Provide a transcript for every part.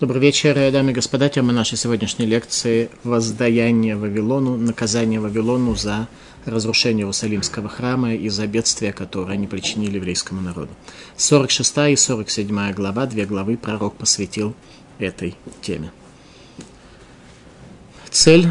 Добрый вечер, дамы и господа. Тема нашей сегодняшней лекции – воздаяние Вавилону, наказание Вавилону за разрушение Иерусалимского храма и за бедствия, которые они причинили еврейскому народу. 46 и 47 глава, две главы пророк посвятил этой теме. Цель,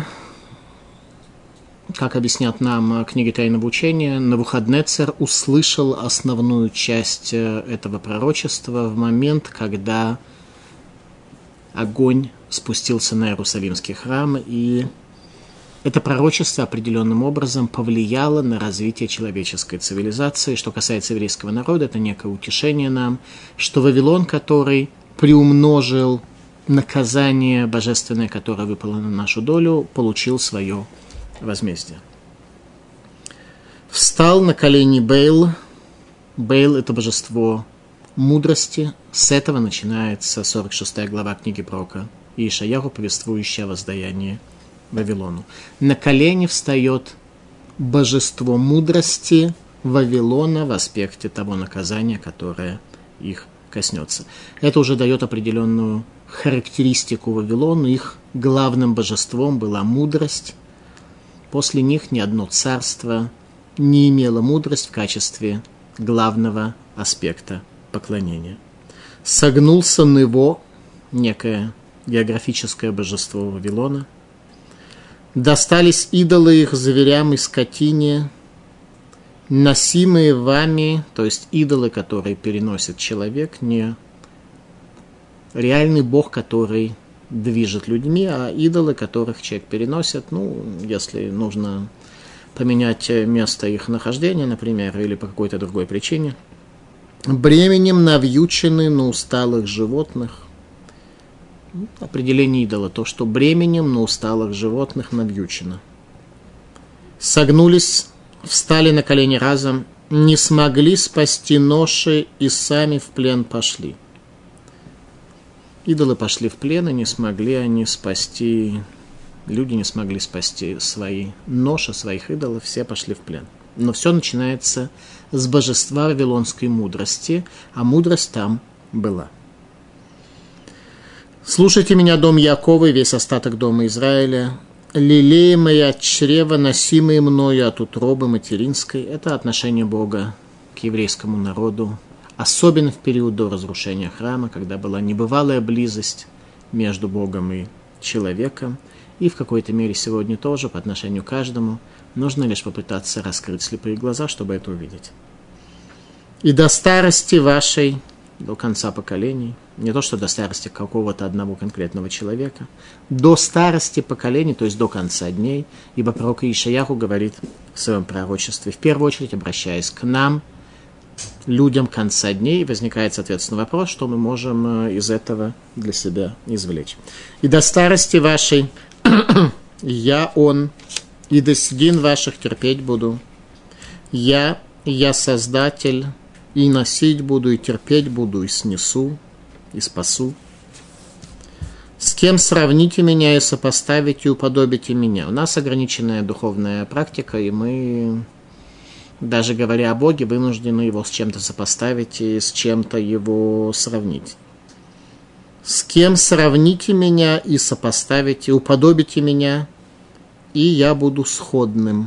как объяснят нам книги Тайного учения, Навуходнецер услышал основную часть этого пророчества в момент, когда огонь спустился на Иерусалимский храм, и это пророчество определенным образом повлияло на развитие человеческой цивилизации. Что касается еврейского народа, это некое утешение нам, что Вавилон, который приумножил наказание божественное, которое выпало на нашу долю, получил свое возмездие. Встал на колени Бейл. Бейл – это божество мудрости. С этого начинается 46 глава книги пророка Иешаяху, повествующая о воздаянии Вавилону. На колени встает божество мудрости Вавилона в аспекте того наказания, которое их коснется. Это уже дает определенную характеристику Вавилону. Их главным божеством была мудрость. После них ни одно царство не имело мудрость в качестве главного аспекта поклонения. Согнулся Нево, некое географическое божество Вавилона. Достались идолы их зверям и скотине, носимые вами, то есть идолы, которые переносит человек, не реальный бог, который движет людьми, а идолы, которых человек переносит, если нужно поменять место их нахождения, например, или по какой-то другой причине. Бременем навьючены на усталых животных. Определение идола, то, что бременем на усталых животных навьючено. Согнулись, встали на колени разом, не смогли спасти ноши и сами в плен пошли. Идолы пошли в плен, и не смогли они спасти, люди не смогли спасти свои ноши, своих идолов, все пошли в плен. Но все начинается с божества вавилонской мудрости, а мудрость там была. «Слушайте меня, дом Якова, и весь остаток дома Израиля, лелеемые от чрева, носимые мною от утробы материнской». Это отношение Бога к еврейскому народу, особенно в период до разрушения храма, когда была небывалая близость между Богом и человеком, и в какой-то мере сегодня тоже по отношению к каждому. Нужно лишь попытаться раскрыть слепые глаза, чтобы это увидеть. «И до старости вашей», до конца поколений, не то что до старости какого-то одного конкретного человека, до старости поколений, то есть до конца дней, ибо пророк Иешаяху говорит в своем пророчестве, в первую очередь обращаясь к нам, людям конца дней, возникает, соответственно, вопрос, что мы можем из этого для себя извлечь. «И до старости вашей я Он, и до седин ваших терпеть буду. Я Создатель, и носить буду, и терпеть буду, и снесу, и спасу. С кем сравните меня и сопоставите, и уподобите меня». У нас ограниченная духовная практика, и мы, даже говоря о Боге, вынуждены его с чем-то сопоставить и с чем-то его сравнить. «С кем сравните меня и сопоставите, уподобите меня, и я буду сходным».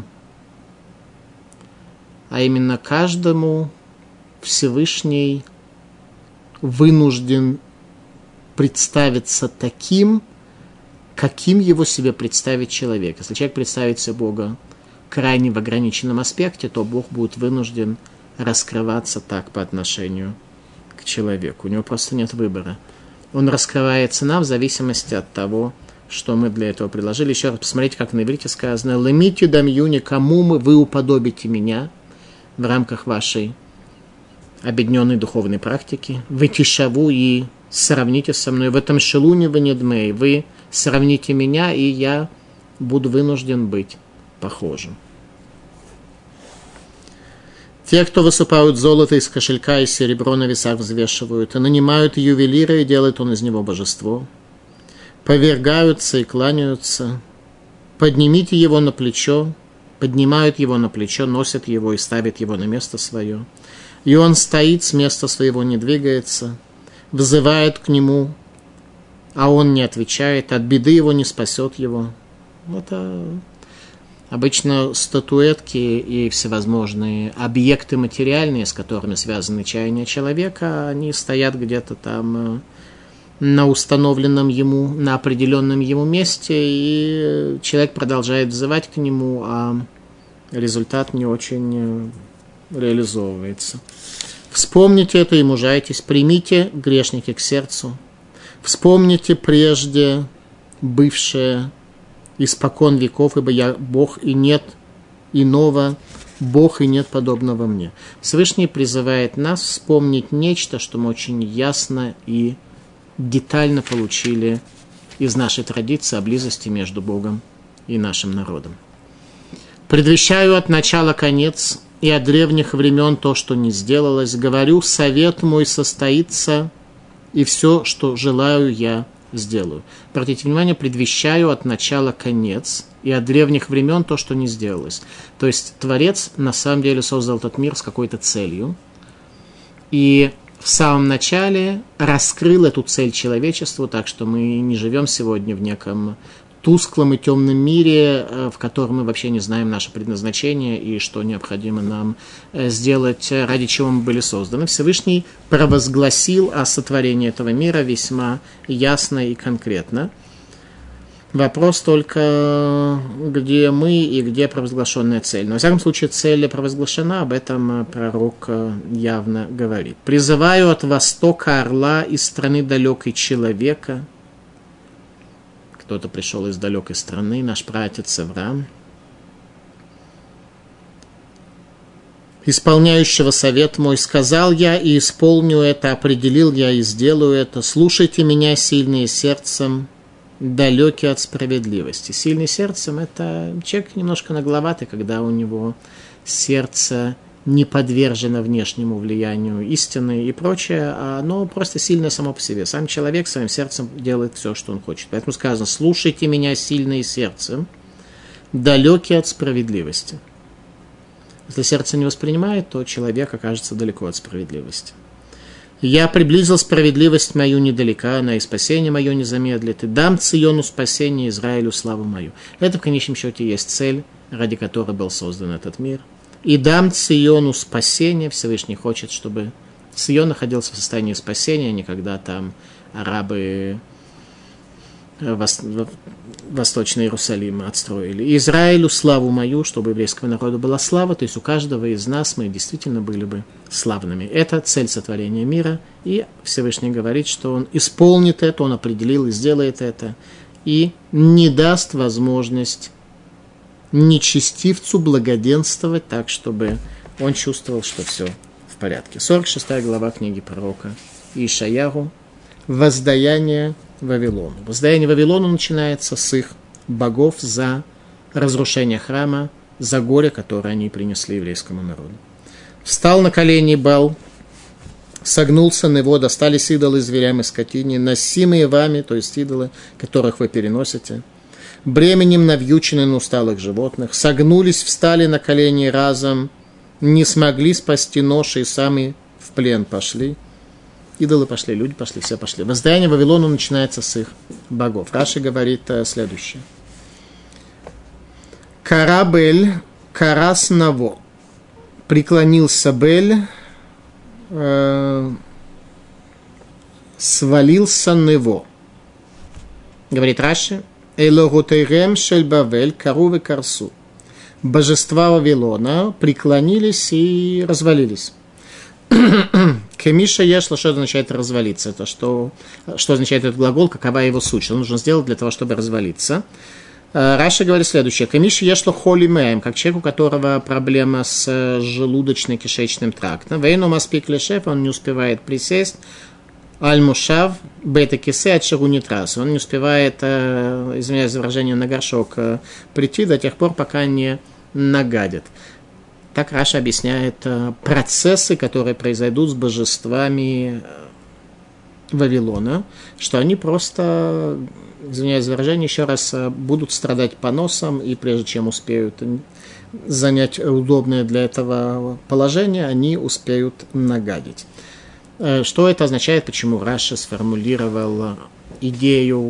А именно каждому Всевышний вынужден представиться таким, каким его себе представит человек. Если человек представит себе Бога крайне в ограниченном аспекте, то Бог будет вынужден раскрываться так по отношению к человеку. У него просто нет выбора. Он раскрывается нам в зависимости от того, что мы для этого предложили. Еще раз посмотрите, как на иврите сказано: «Лемитю дамьюни, кому вы уподобите меня в рамках вашей объединенной духовной практики. Вы тишаву и сравните со мной. В этом шелуне вы недмей. Вы сравните меня, и я буду вынужден быть похожим». Те, кто высыпают золото из кошелька и серебро на весах взвешивают, и нанимают ювелира, и делает он из него божество, повергаются и кланяются, поднимите его на плечо, поднимают его на плечо, носят его и ставят его на место свое. И он стоит, с места своего не двигается, взывает к нему а он не отвечает, от беды его не спасет его. Это обычно статуэтки и всевозможные объекты материальные, с которыми связаны чаяния человека, они стоят где-то там на установленном ему, на определенном ему месте, и человек продолжает взывать к нему, а результат не очень реализовывается. Вспомните это и мужайтесь, примите, грешники, к сердцу. Вспомните прежде бывшее, испокон веков, ибо я Бог, и нет иного, Бог, и нет подобного мне. Всевышний призывает нас вспомнить нечто, что мы очень ясно и детально получили из нашей традиции о близости между Богом и нашим народом. «Предвещаю от начала конец, и от древних времен то, что не сделалось. Говорю, совет мой состоится, и все, что желаю, я сделаю». Обратите внимание, предвещаю от начала конец, и от древних времен то, что не сделалось. То есть Творец на самом деле создал этот мир с какой-то целью, и в самом начале раскрыл эту цель человечеству, так что мы не живем сегодня в неком тусклом и темном мире, в котором мы вообще не знаем наше предназначение и что необходимо нам сделать, ради чего мы были созданы. Всевышний провозгласил о сотворении этого мира весьма ясно и конкретно. Вопрос только, где мы и где провозглашенная цель. Но, во всяком случае, цель провозглашена, об этом пророк явно говорит. «Призываю от востока орла из страны далекой человека». Кто-то пришел из далекой страны, наш праотец Авраам. «Исполняющего совет мой, сказал я и исполню это, определил я и сделаю это. Слушайте меня, сильные сердцем, далекий от справедливости». Сильный сердцем – это человек немножко нагловатый, когда у него сердце не подвержено внешнему влиянию истины и прочее, оно просто сильное само по себе. Сам человек своим сердцем делает все, что он хочет. Поэтому сказано: «Слушайте меня, сильные сердцем, далекие от справедливости». Если сердце не воспринимает, то человек окажется далеко от справедливости. «Я приблизил справедливость мою недалека, она и спасение мое не замедлит, и дам Циону спасение, Израилю славу мою». Это в конечном счете есть цель, ради которой был создан этот мир. «И дам Циону спасение». Всевышний хочет, чтобы Цион находился в состоянии спасения, а не когда там арабы Восточный Иерусалим отстроили. «Израилю славу мою», чтобы у еврейского народа была слава, то есть у каждого из нас мы действительно были бы славными. Это цель сотворения мира, и Всевышний говорит, что Он исполнит это, Он определил и сделает это, и не даст возможность нечестивцу благоденствовать так, чтобы он чувствовал, что все в порядке. 46 глава книги пророка Ишаяху. Воздаяние Вавилону. Воздаяние Вавилону начинается с их богов за разрушение храма, за горе, которое они принесли еврейскому народу. «Встал на колени Бал, согнулся на его, достались идолы зверям и скотине, носимые вами, то есть идолы, которых вы переносите, бременем навьючены на усталых животных, согнулись, встали на колени разом, не смогли спасти ноши и сами в плен пошли». Идолы пошли, люди пошли, все пошли. Воздаяние Вавилону начинается с их богов. Раши говорит следующее. «Карабель, карас наво». Преклонился Бель, свалился Нево. Говорит Раши. «Элогутейрем шель Бавель, карувы карсу». Божества Вавилона преклонились и развалились. Кемиша ешло, что означает развалиться? Это что означает этот глагол, какова его суть, что нужно сделать для того, чтобы развалиться. Раша говорит следующее. Кемиша ешло холи мэм, как человек, у которого проблема с желудочно-кишечным трактом. Вейну маспик лешеф, он не успевает присесть. Аль-Мушав, бета-кисе от шагунитрас. Он не успевает, извиняюсь за выражение, на горшок прийти до тех пор, пока не нагадит. Так Раша объясняет процессы, которые произойдут с божествами Вавилона, что они просто, извиняюсь за выражение, еще раз будут страдать поносом, и прежде чем успеют занять удобное для этого положение, они успеют нагадить. Что это означает, почему Раша сформулировал идею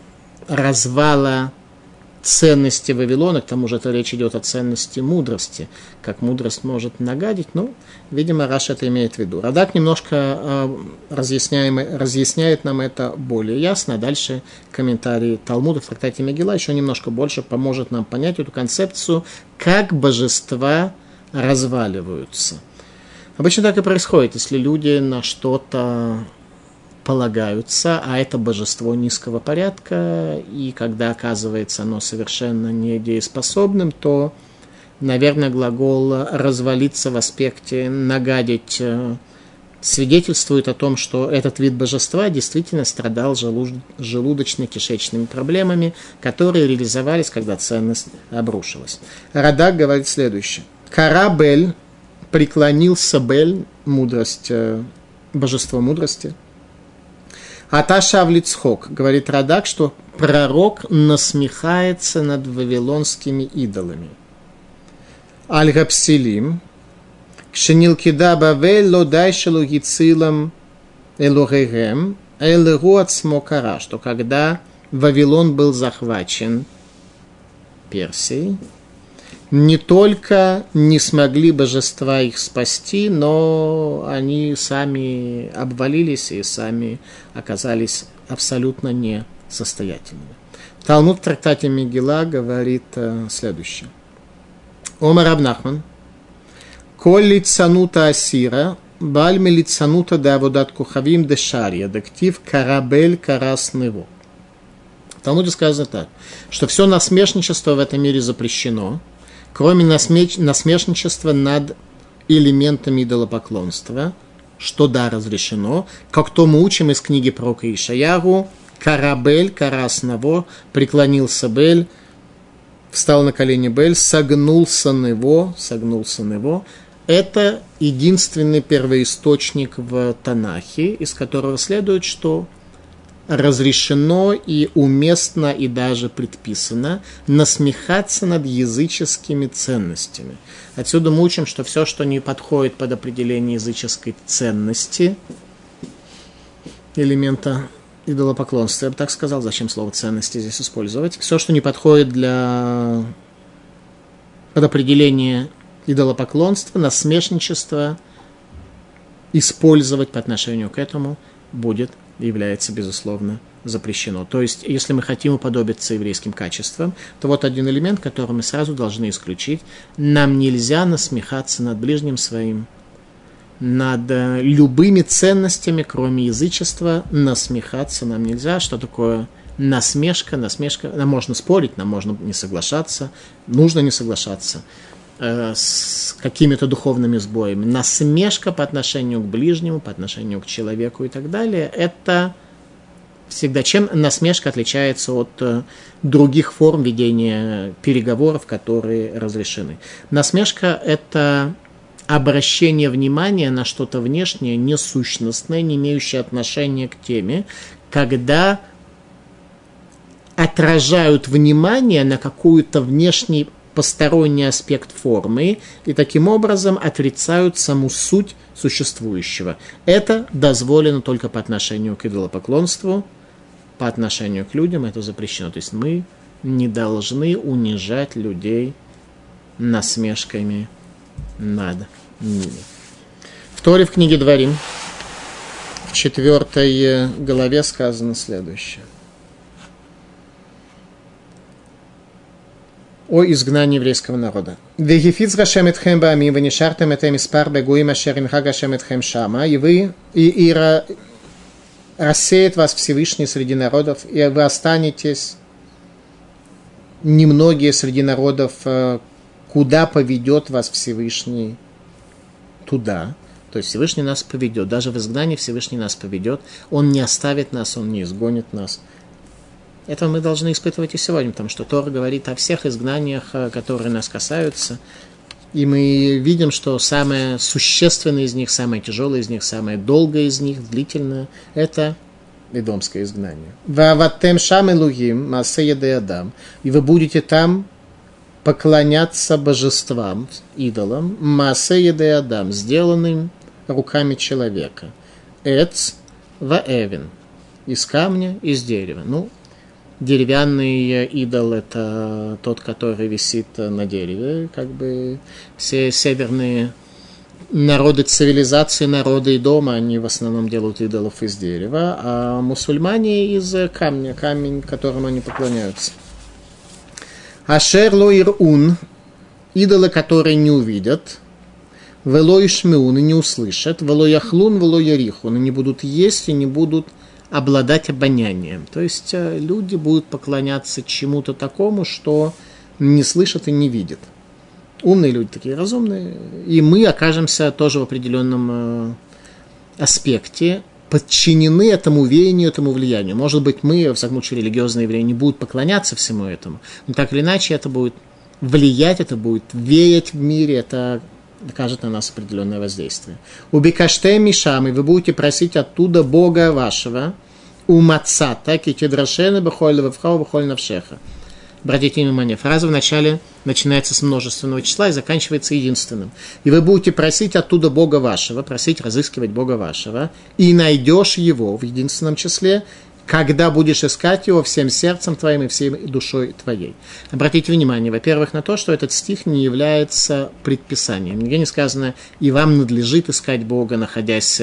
развала ценности Вавилона, к тому же это речь идет о ценности мудрости, как мудрость может нагадить, видимо, Раши это имеет в виду. Радак немножко разъясняет нам это более ясно, дальше комментарий Талмуда в трактате Мегилла еще немножко больше поможет нам понять эту концепцию, как божества разваливаются. Обычно так и происходит, если люди на что-то полагаются, а это божество низкого порядка, и когда оказывается оно совершенно недееспособным, то, наверное, глагол «развалиться» в аспекте «нагадить» свидетельствует о том, что этот вид божества действительно страдал желудочно-кишечными проблемами, которые реализовались, когда ценность обрушилась. Радак говорит следующее. Карабель преклонился Бель, мудрость, божество мудрости. Аташав лицхок, говорит Радак, что пророк насмехается над вавилонскими идолами. Аль-Гапсилим, кшенилкида бавель лодайшелу гицилам элогегем, элэгу ацмокара, что когда Вавилон был захвачен Персией, не только не смогли божества их спасти, но они сами обвалились и сами оказались абсолютно несостоятельными. Талмуд в трактате Мегилла говорит следующее. Омар Рав Нахман. Коль лицанута асира, бальми лицанута да аводат кухавим де шарья, дактив карабель карасныво. В Талмуде сказано так, что все насмешничество в этом мире запрещено, кроме насмешничества над элементами идолопоклонства, что да, разрешено, как то мы учим из книги пророка Ишаяру, Карабель, Караснаво, преклонился Бель, встал на колени Бель, согнулся Нево. Это единственный первоисточник в Танахе, из которого следует, что разрешено и уместно и даже предписано насмехаться над языческими ценностями. Отсюда мы учим, что все, что не подходит под определение языческой ценности, элемента идолопоклонства, я бы так сказал, зачем слово ценности здесь использовать, все, что не подходит под определение идолопоклонства, насмешничества, использовать по отношению к этому будет является, безусловно, запрещено. То есть, если мы хотим уподобиться еврейским качествам, то вот один элемент, который мы сразу должны исключить. Нам нельзя насмехаться над ближним своим, над любыми ценностями, кроме язычества, насмехаться нам нельзя. Что такое насмешка? Насмешка, нам можно спорить, нам можно не соглашаться, нужно не соглашаться с какими-то духовными сбоями. Насмешка по отношению к ближнему, по отношению к человеку и так далее, это всегда чем насмешка отличается от других форм ведения переговоров, которые разрешены. Насмешка – это обращение внимания на что-то внешнее, несущностное, не имеющее отношения к теме, когда отражают внимание на какую-то внешний посторонний аспект формы и таким образом отрицают саму суть существующего. Это дозволено только по отношению к идолопоклонству, по отношению к людям это запрещено. То есть мы не должны унижать людей насмешками над ними. В Торе в книге Дворим в 4 главе сказано следующее. О изгнании еврейского народа. «Вегифиц гашем этхем баамим, венишартем этем испар бегуим ашер инха гашем этхем шама». И рассеет вас Всевышний среди народов, и вы останетесь немногие среди народов, куда поведет вас Всевышний, туда. То есть Всевышний нас поведет. Даже в изгнании Всевышний нас поведет. Он не оставит нас, Он не изгонит нас. Это мы должны испытывать и сегодня, потому что Тора говорит о всех изгнаниях, которые нас касаются. И мы видим, что самое существенное из них, самое тяжелое из них, самое долгое из них, длительное, это эдомское изгнание. «Вааваттем шам элухим маасе ядей адам». И вы будете там поклоняться божествам, идолам, маасе ядей адам, сделанным руками человека. Эц ваэвен. из камня, из дерева. Ну, деревянный идол – это тот, который висит на дереве. Как бы все северные народы цивилизации, народы и дома, они в основном делают идолов из дерева, а мусульмане из камня, камень, которому они поклоняются. Ашер ло ирун, идолы, которые не увидят, вело ишмеун, и не услышат, вело яхлун, вело ярихун, и не будут есть, и не будут обладать обонянием. То есть люди будут поклоняться чему-то такому, что не слышат и не видят. Умные люди такие, разумные, и мы окажемся тоже в определенном аспекте подчинены этому веянию, этому влиянию. Может быть, мы, во всяком случае, религиозные евреи, не будут поклоняться всему этому, но так или иначе это будет влиять, это будет веять в мире, это окажет на нас определенное воздействие. Убикаште мишам, и вы будете просить оттуда Бога вашего, умацата, китидрашена, бахоль вавхау, бахоль навшеха. Обратите внимание, фраза вначале начинается с множественного числа и заканчивается единственным. И вы будете просить оттуда Бога вашего, просить разыскивать Бога вашего, и найдешь его в единственном числе, когда будешь искать его всем сердцем твоим и всей душой твоей. Обратите внимание, во-первых, на то, что этот стих не является предписанием. Нигде не сказано, и вам надлежит искать Бога, находясь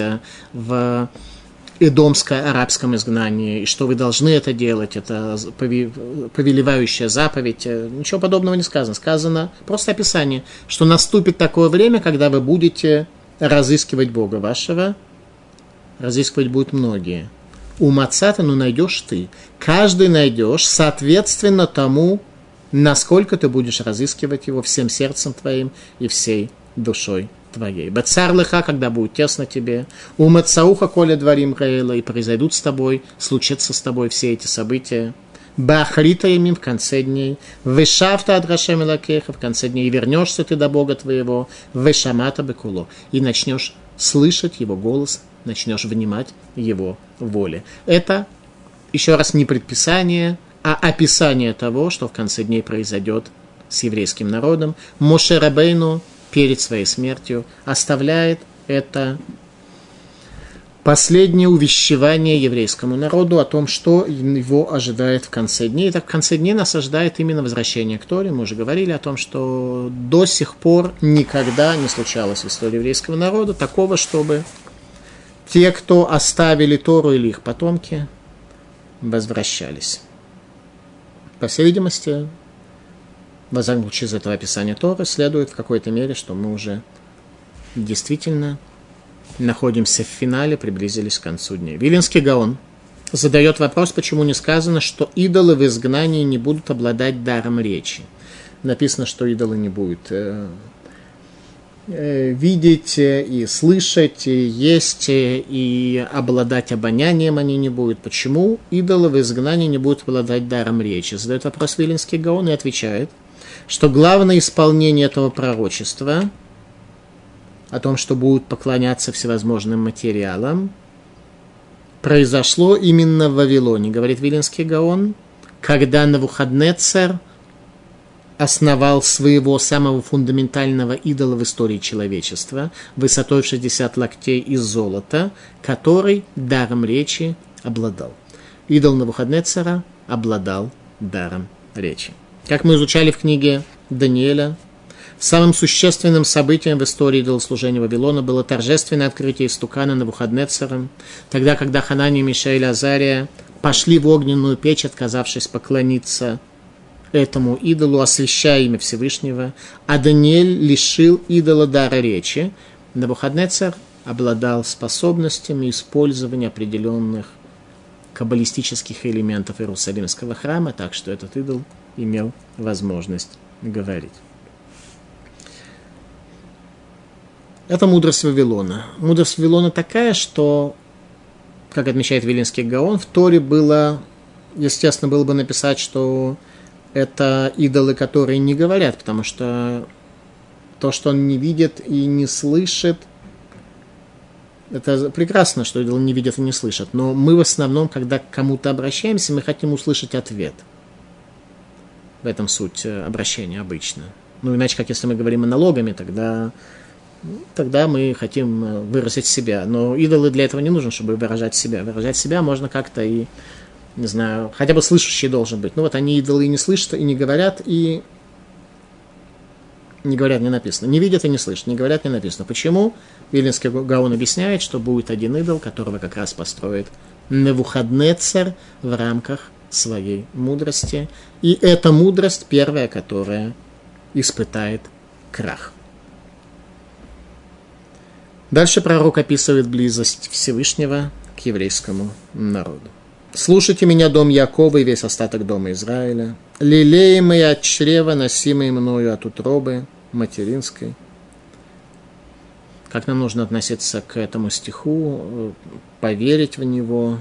в эдомско-арабском изгнании, и что вы должны это делать, это повелевающая заповедь. Ничего подобного не сказано. Сказано просто описание, что наступит такое время, когда вы будете разыскивать Бога вашего. Разыскивать будут многие. У Мацата, ну, найдешь ты. Каждый найдешь, соответственно тому, насколько ты будешь разыскивать его всем сердцем твоим и всей душой твоей. Бацар лыха, когда будет тесно тебе. У Мацауха, коля дворим Раэла, и произойдут с тобой, случатся с тобой все эти события. Бахрита имим в конце дней. Вышафта адрашем лакеха в конце дней. И вернешься ты до Бога твоего. Вышамата бекуло. И начнешь слышать его голос, начнешь внимать его воле. Это, еще раз, не предписание, а описание того, что в конце дней произойдет с еврейским народом. Моше Рабейну перед своей смертью оставляет это последнее увещевание еврейскому народу о том, что его ожидает в конце дней. И так в конце дней нас ожидает именно возвращение к Торе. Мы уже говорили о том, что до сих пор никогда не случалось в истории еврейского народа такого, чтобы те, кто оставили Тору или их потомки, возвращались. По всей видимости, из этого описания Торы следует в какой-то мере, что мы уже действительно находимся в финале, приблизились к концу дней. Вилинский Гаон задает вопрос, почему не сказано, что идолы в изгнании не будут обладать даром речи. Написано, что идолы не будут видеть и слышать, и есть, и обладать обонянием они не будут. Почему идолы в изгнании не будут обладать даром речи? Задает вопрос Вилинский Гаон и отвечает, что главное исполнение этого пророчества о том, что будут поклоняться всевозможным материалам, произошло именно в Вавилоне, говорит Вилинский Гаон, когда Навуходнецер основал своего самого фундаментального идола в истории человечества, высотой в 60 локтей из золота, который даром речи обладал. Идол Навуходнецера обладал даром речи. Как мы изучали в книге Даниэля, самым существенным событием в истории идолослужения Вавилона было торжественное открытие истукана Навуходнецером, тогда, когда Ханания, Мишаэль и Азария пошли в огненную печь, отказавшись поклониться этому идолу, освящая имя Всевышнего, а Даниэль лишил идола дара речи. Навуходнецер обладал способностями использования определенных каббалистических элементов Иерусалимского храма, так что этот идол имел возможность говорить. Это мудрость Вавилона. Мудрость Вавилона такая, что, как отмечает Вилинский Гаон, в Торе было, естественно, было бы написать, что это идолы, которые не говорят, потому что то, что он не видит и не слышит, это прекрасно, что идолы не видят и не слышат. Но мы в основном, когда к кому-то обращаемся, мы хотим услышать ответ. В этом суть обращения обычно. Ну, иначе, как если мы говорим монологами, тогда тогда мы хотим выразить себя. Но идолы для этого не нужны, чтобы выражать себя. Выражать себя можно как-то и, не знаю, хотя бы слышащий должен быть. Ну вот они идолы и не слышат, и не говорят, и не говорят, не написано. Не видят и не слышат, не говорят, не написано. Почему? Вилинский Гаон объясняет, что будет один идол, которого как раз построит Навуходнецер в рамках своей мудрости. И эта мудрость первая, которая испытает крах. Дальше пророк описывает близость Всевышнего к еврейскому народу. «Слушайте меня, дом Якова и весь остаток дома Израиля, лелеемые от чрева, носимые мною от утробы материнской». Как нам нужно относиться к этому стиху, поверить в него,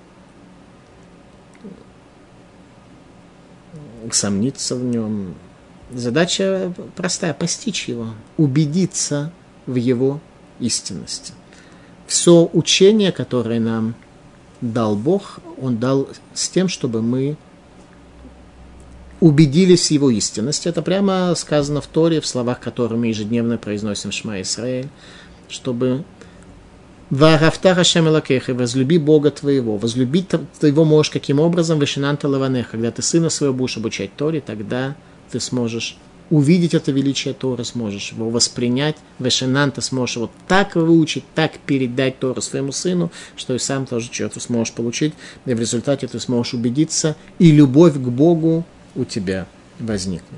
сомниться в нем. Задача простая – постичь его, убедиться в его истинности. Все учение, которое нам дал Бог, Он дал с тем, чтобы мы убедились в его истинности. Это прямо сказано в Торе, в словах, которые мы ежедневно произносим в Шма Исраэль, чтобы «Ваарафта Хашем Элокеха» – «Возлюби Бога твоего». Возлюбить ты его можешь каким образом? «Вешенанта лаванех» – когда ты сына своего будешь обучать Торе, тогда ты сможешь увидеть это величие Торы, сможешь его воспринять. «Вешенанта» сможешь его так выучить, так передать Тору своему сыну, что и сам тоже что-то сможешь получить. И в результате ты сможешь убедиться, и любовь к Богу у тебя возникнет.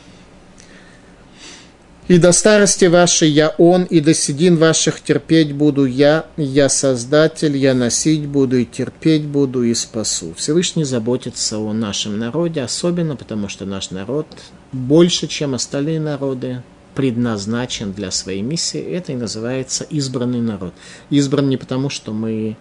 «И до старости вашей я Он, и до седин ваших терпеть буду я Создатель, я носить буду, и терпеть буду, и спасу». Всевышний заботится о нашем народе, особенно потому, что наш народ больше, чем остальные народы, предназначен для своей миссии. Это и называется избранный народ. Избран не потому, что мы...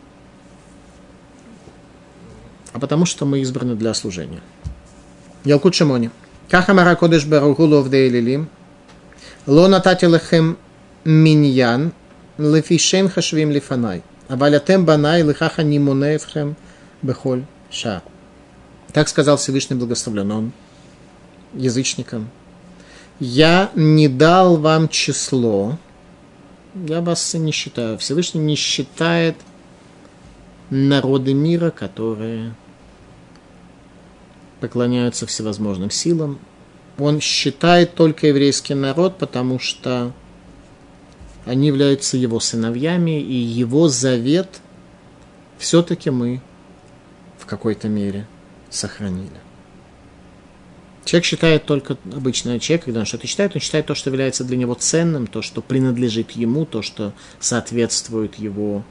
а потому, что мы избраны для служения. Ялкут Шимони. «Кахамара кодеш баруху ловдей лилим». «Ло натати лехем миньян, лефишен хашвим лифанай, авалятем банай лихаха нимунеевхем бехоль ша». Так сказал Всевышний благословлен он язычникам. «Я не дал вам число, я вас не считаю». Всевышний не считает народы мира, которые поклоняются всевозможным силам. Он считает только еврейский народ, потому что они являются его сыновьями, и его завет все-таки мы в какой-то мере сохранили. Человек считает только, обычный человек, когда он что-то считает, он считает то, что является для него ценным, то, что принадлежит ему, то, что соответствует его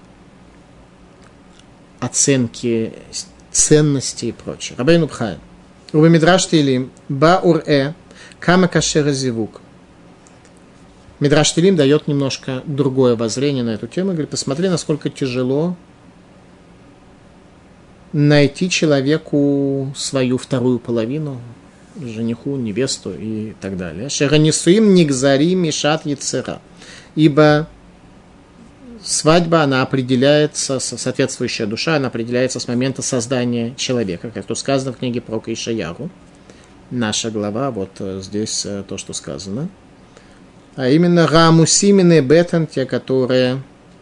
оценке ценности и прочее. Рабейну Бхай. «Увы мидраш Теилим, ба ур-э, кама кашер зивук». Мидраш Теилим дает немножко другое воззрение на эту тему. Говорит, посмотри, насколько тяжело найти человеку свою вторую половину, жениху, невесту и так далее. «Шеранисуим нигзари мишат яцера». Ибо свадьба, она определяется, соответствующая душа, она определяется с момента создания человека, как тут сказано в книге про Ишаяху. Наша глава, вот здесь то, что сказано. А именно «Гаамусимины бетан», те, которые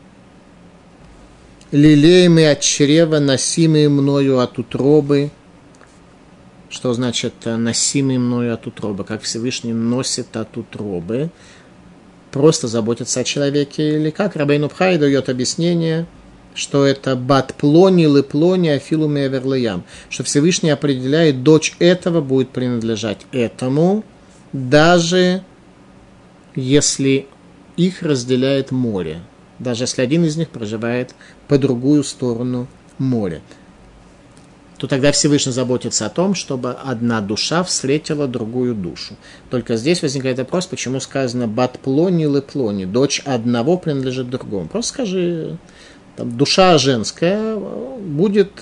лелеемые от чрева, носимые мною от утробы. Что значит «носимые мною от утробы»? Как Всевышний носит от утробы? Просто заботиться о человеке, или как Рабейну Бхай дает объяснение, что это бат плони лы плони афилу мевер леям, что Всевышний определяет, дочь этого будет принадлежать этому, даже если их разделяет море, даже если один из них проживает по другую сторону моря. То тогда Всевышний заботится о том, чтобы одна душа встретила другую душу. Только здесь возникает вопрос, почему сказано «бат плони лы плони», дочь одного принадлежит другому. Просто скажи, там, душа женская будет,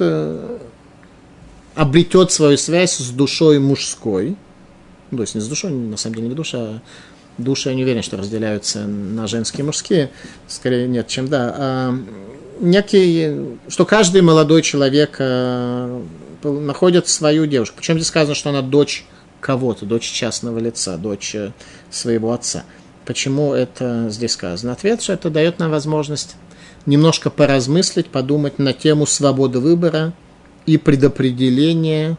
обретет свою связь с душой мужской, то есть не с душой, на самом деле не душа, души, я не уверен, что разделяются на женские и мужские, скорее нет, чем да, а что каждый молодой человек находит свою девушку. Причем здесь сказано, что она дочь кого-то, дочь частного лица, дочь своего отца. Почему это здесь сказано? Ответ, что это дает нам возможность немножко поразмыслить, подумать на тему свободы выбора и предопределения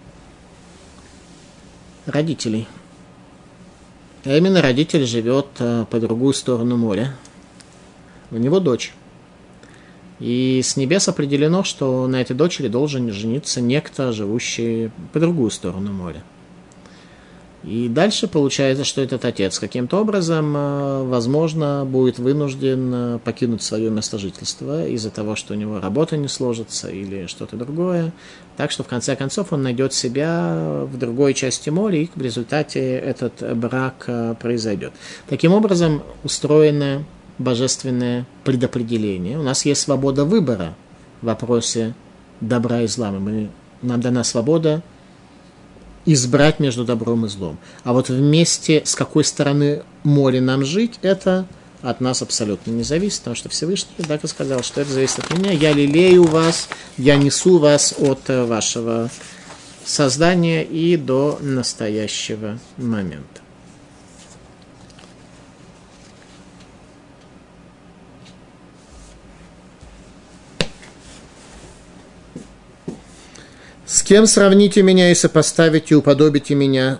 родителей. А именно родитель живет по другую сторону моря. У него дочь. И с небес определено, что на этой дочери должен жениться некто, живущий по другую сторону моря. И дальше получается, что этот отец каким-то образом, возможно, будет вынужден покинуть свое место жительства из-за того, что у него работа не сложится или что-то другое. Так что, в конце концов, он найдет себя в другой части моря, и в результате этот брак произойдет. Таким образом, устроено божественное предопределение. У нас есть свобода выбора в вопросе добра и зла. Нам дана свобода избрать между добром и злом. А вот вместе, с какой стороны моря нам жить, это от нас абсолютно не зависит, потому что Всевышний так и сказал, что это зависит от меня. Я лелею вас, я несу вас от вашего создания и до настоящего момента. С кем сравните меня и сопоставите, уподобите меня?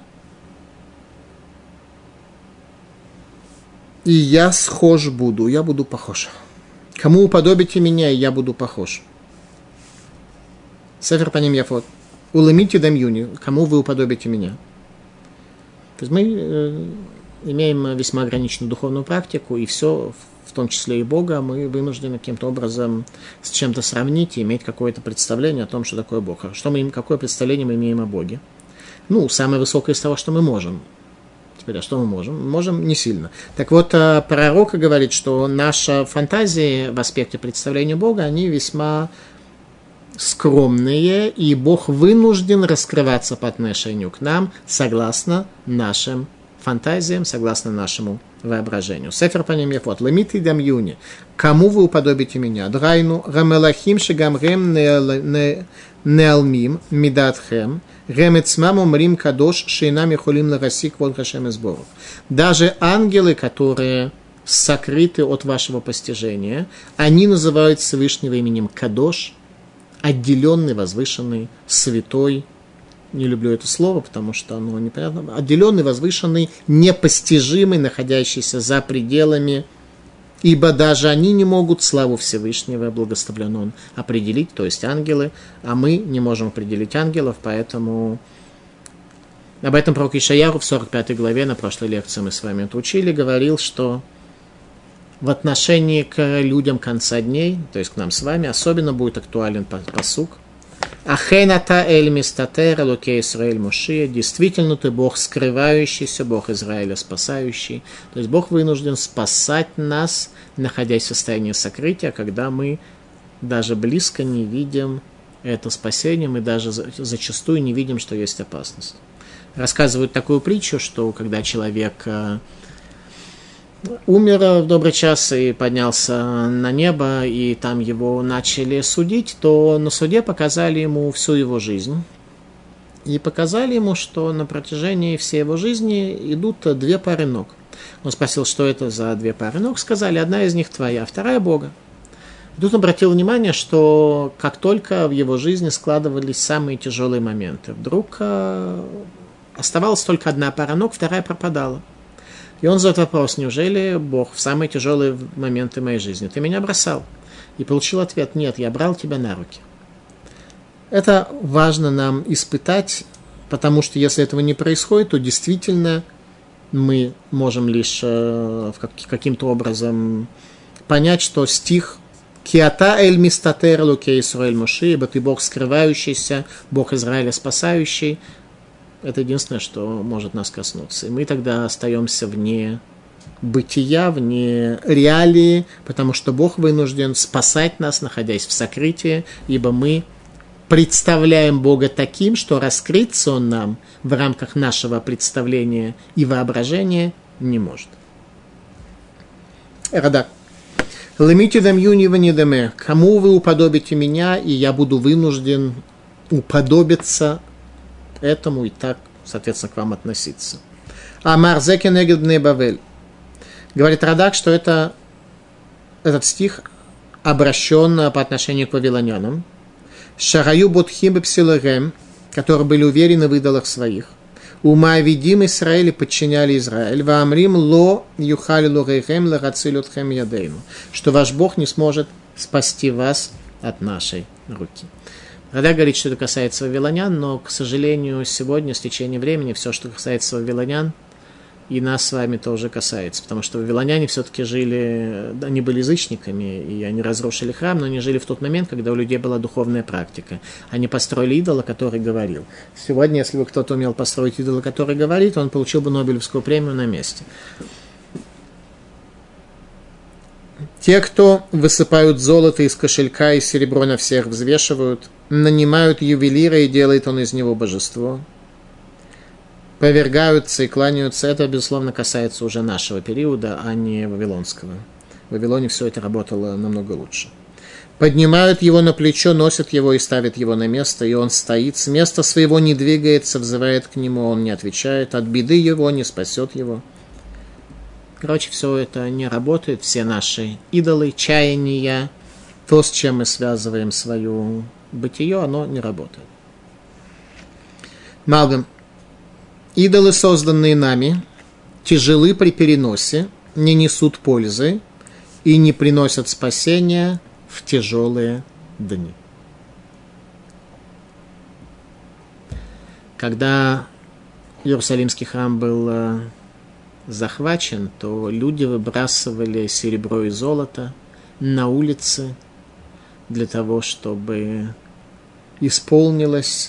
И я схож буду, я буду похож. Кому уподобите меня, и я буду похож. Сефер Паним Яфот. Улымите дамюни, кому вы уподобите меня. То есть мы имеем весьма ограниченную духовную практику, и все, в том числе и Бога, мы вынуждены каким-то образом с чем-то сравнить и иметь какое-то представление о том, что такое Бог. Какое представление мы имеем о Боге? Самое высокое из того, что мы можем. Теперь, а что мы можем? Мы можем не сильно. Так вот, пророк говорит, что наши фантазии в аспекте представления Бога, они весьма скромные, и Бог вынужден раскрываться по отношению к нам согласно нашим фантазиям, согласно нашему воображению. Сефер Паним Яфот. Лемит и дамюни. Кому вы уподобите меня? Драйну рамелахим шигамрем неалмим мидатхем ремецмам умрим кадош шейнам яхолим ларасик вот хашем изборов. Даже ангелы, которые сокрыты от вашего постижения, они называют Всевышнего именем Кадош, отделенный, возвышенный, святой. Не люблю это слово, потому что оно непонятно. Отделенный, возвышенный, непостижимый, находящийся за пределами, ибо даже они не могут славу Всевышнего, благословлен Он, определить, то есть ангелы, а мы не можем определить ангелов, поэтому об этом пророк Ишаяху в 45 главе, на прошлой лекции мы с вами это учили, говорил, что в отношении к людям конца дней, то есть к нам с вами, особенно будет актуален пасук. Ахената эль мистатер элокей Исраэль Мошия. Действительно, ты Бог скрывающийся, Бог Израиля спасающий. То есть Бог вынужден спасать нас, находясь в состоянии сокрытия, когда мы даже близко не видим это спасение, мы даже зачастую не видим, что есть опасность. Рассказывают такую притчу, что когда человек умер в добрый час и поднялся на небо, и там его начали судить, то на суде показали ему всю его жизнь. И показали ему, что на протяжении всей его жизни идут две пары ног. Он спросил, что это за две пары ног. Сказали, одна из них твоя, а вторая Бога. И тут он обратил внимание, что как только в его жизни складывались самые тяжелые моменты, вдруг оставалась только одна пара ног, вторая пропадала. И он задает вопрос, неужели Бог в самые тяжелые моменты моей жизни ты меня бросал? И получил ответ, нет, я брал тебя на руки. Это важно нам испытать, потому что если этого не происходит, то действительно мы можем лишь каким-то образом понять, что стих «Киата эль мистатер лукей Исраэль Моши», ибо ты Бог скрывающийся, Бог Израиля спасающий, это единственное, что может нас коснуться. И мы тогда остаемся вне бытия, вне реалии, потому что Бог вынужден спасать нас, находясь в сокрытии, ибо мы представляем Бога таким, что раскрыться Он нам в рамках нашего представления и воображения не может. Радак. Лемите дамюни ванидаме. Кому вы уподобите меня, и я буду вынужден уподобиться этому и так, соответственно, к вам относиться. Амар зеке негед бне Бавель. Говорит Радак, что этот стих обращен по отношению к вавилонянам. Шараю ботхим бепсилэгэм, которые были уверены в идолах своих. Ума видим Израиль подчиняли Израиль. Ваамрим ло юхали логэхэм лагацилютхэм ядейну. Что ваш Бог не сможет спасти вас от нашей руки. Радак говорит, что это касается вавилонян, но, к сожалению, сегодня, с течением времени, все, что касается вавилонян, и нас с вами тоже касается, потому что вавилоняне все-таки жили, они были язычниками, и они разрушили храм, но они жили в тот момент, когда у людей была духовная практика. Они построили идола, который говорил. Сегодня, если бы кто-то умел построить идола, который говорит, он получил бы Нобелевскую премию на месте. Те, кто высыпают золото из кошелька и серебро на всех взвешивают, нанимают ювелира и делает он из него божество, повергаются и кланяются, это, безусловно, касается уже нашего периода, а не вавилонского. В Вавилоне все это работало намного лучше. Поднимают его на плечо, носят его и ставят его на место, и он стоит, с места своего не двигается, взывает к нему, он не отвечает, от беды его не спасет его. Короче, все это не работает, все наши идолы, чаяния, то, с чем мы связываем свое бытие, оно не работает. Малгам. Идолы, созданные нами, тяжелы при переносе, не несут пользы и не приносят спасения в тяжелые дни. Когда Иерусалимский храм был захвачен, то люди выбрасывали серебро и золото на улицы для того, чтобы исполнилось,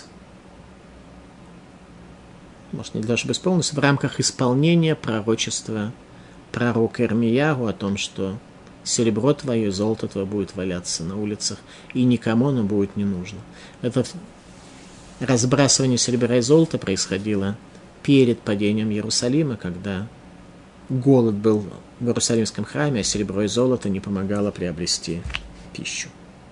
может, не для того, чтобы исполнилось, в рамках исполнения пророчества пророка Ирмиягу о том, что серебро твое и золото твое будет валяться на улицах, и никому оно будет не нужно. Это разбрасывание серебра и золота происходило перед падением Иерусалима, когда голод был в Иерусалимском храме, а серебро и золото не помогало приобрести пищу.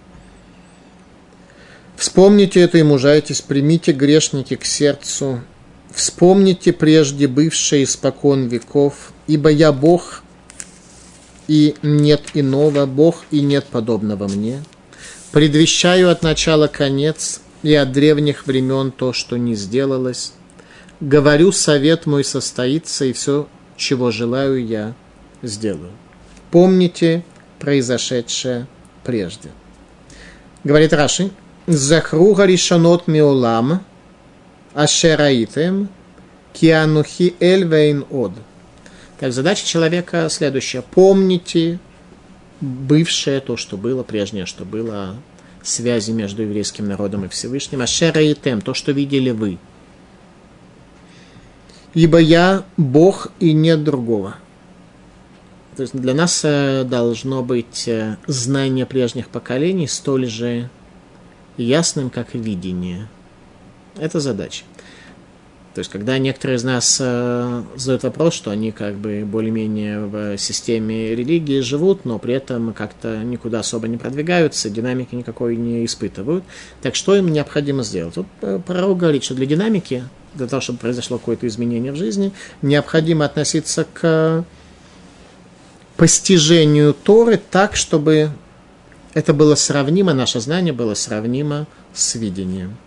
Вспомните это и мужайтесь, примите, грешники, к сердцу. Вспомните прежде бывшее испокон веков, ибо я Бог, и нет иного, Бог, и нет подобного мне. Предвещаю от начала конец, и от древних времен то, что не сделалось. Говорю, совет мой состоится, и все, чего желаю, я сделаю. Помните произошедшее прежде. Говорит Раши, «Захру гаришанот миолам, ашераитем, кианухи эль вейн од». Так, задача человека следующая. Помните бывшее, то, что было, прежнее, что было, связи между еврейским народом и Всевышним. Ашераитем, то, что видели вы. Ибо я Бог и нет другого. То есть для нас должно быть знание прежних поколений столь же ясным, как и видение. Это задача. То есть, когда некоторые из нас задают вопрос, что они как бы более-менее в системе религии живут, но при этом как-то никуда особо не продвигаются, динамики никакой не испытывают, так что им необходимо сделать? Тут пророк говорит, что для динамики, для того, чтобы произошло какое-то изменение в жизни, необходимо относиться к постижению Торы так, чтобы это было сравнимо, наше знание было сравнимо с видением.